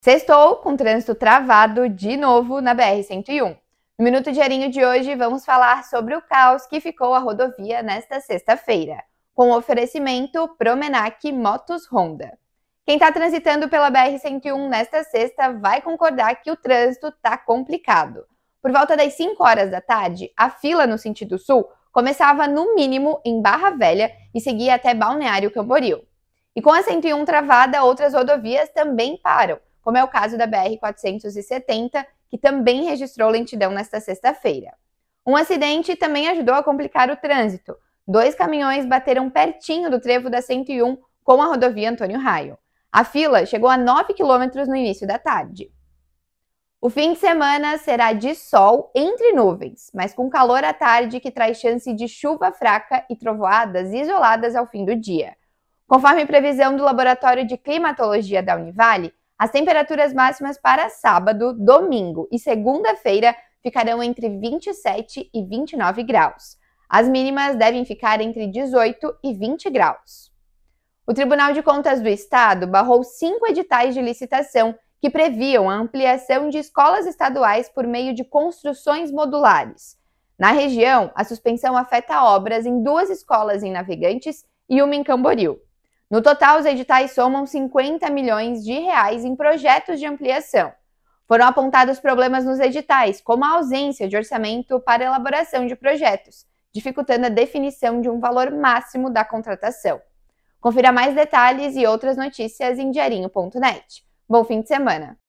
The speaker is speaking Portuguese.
Sextou com trânsito travado de novo na BR-101. No Minuto Diarinho de hoje, vamos falar sobre o caos que ficou a rodovia nesta sexta-feira, com o oferecimento Promenac Motos Honda. Quem está transitando pela BR-101 nesta sexta vai concordar que o trânsito está complicado. Por volta das 5 horas da tarde, a fila no sentido sul começava no mínimo em Barra Velha e seguia até Balneário Camboriú. E com a 101 travada, outras rodovias também param, como é o caso da BR-470, que também registrou lentidão nesta sexta-feira. Um acidente também ajudou a complicar o trânsito. 2 caminhões bateram pertinho do trevo da 101 com a rodovia Antônio Raio. A fila chegou a 9 quilômetros no início da tarde. O fim de semana será de sol entre nuvens, mas com calor à tarde que traz chance de chuva fraca e trovoadas isoladas ao fim do dia. Conforme previsão do Laboratório de Climatologia da Univale, as temperaturas máximas para sábado, domingo e segunda-feira ficarão entre 27 e 29 graus. As mínimas devem ficar entre 18 e 20 graus. O Tribunal de Contas do Estado barrou 5 editais de licitação que previam a ampliação de escolas estaduais por meio de construções modulares. Na região, a suspensão afeta obras em 2 escolas em Navegantes e uma em Camboriú. No total, os editais somam 50 milhões de reais em projetos de ampliação. Foram apontados problemas nos editais, como a ausência de orçamento para elaboração de projetos, dificultando a definição de um valor máximo da contratação. Confira mais detalhes e outras notícias em diarinho.net. Bom fim de semana!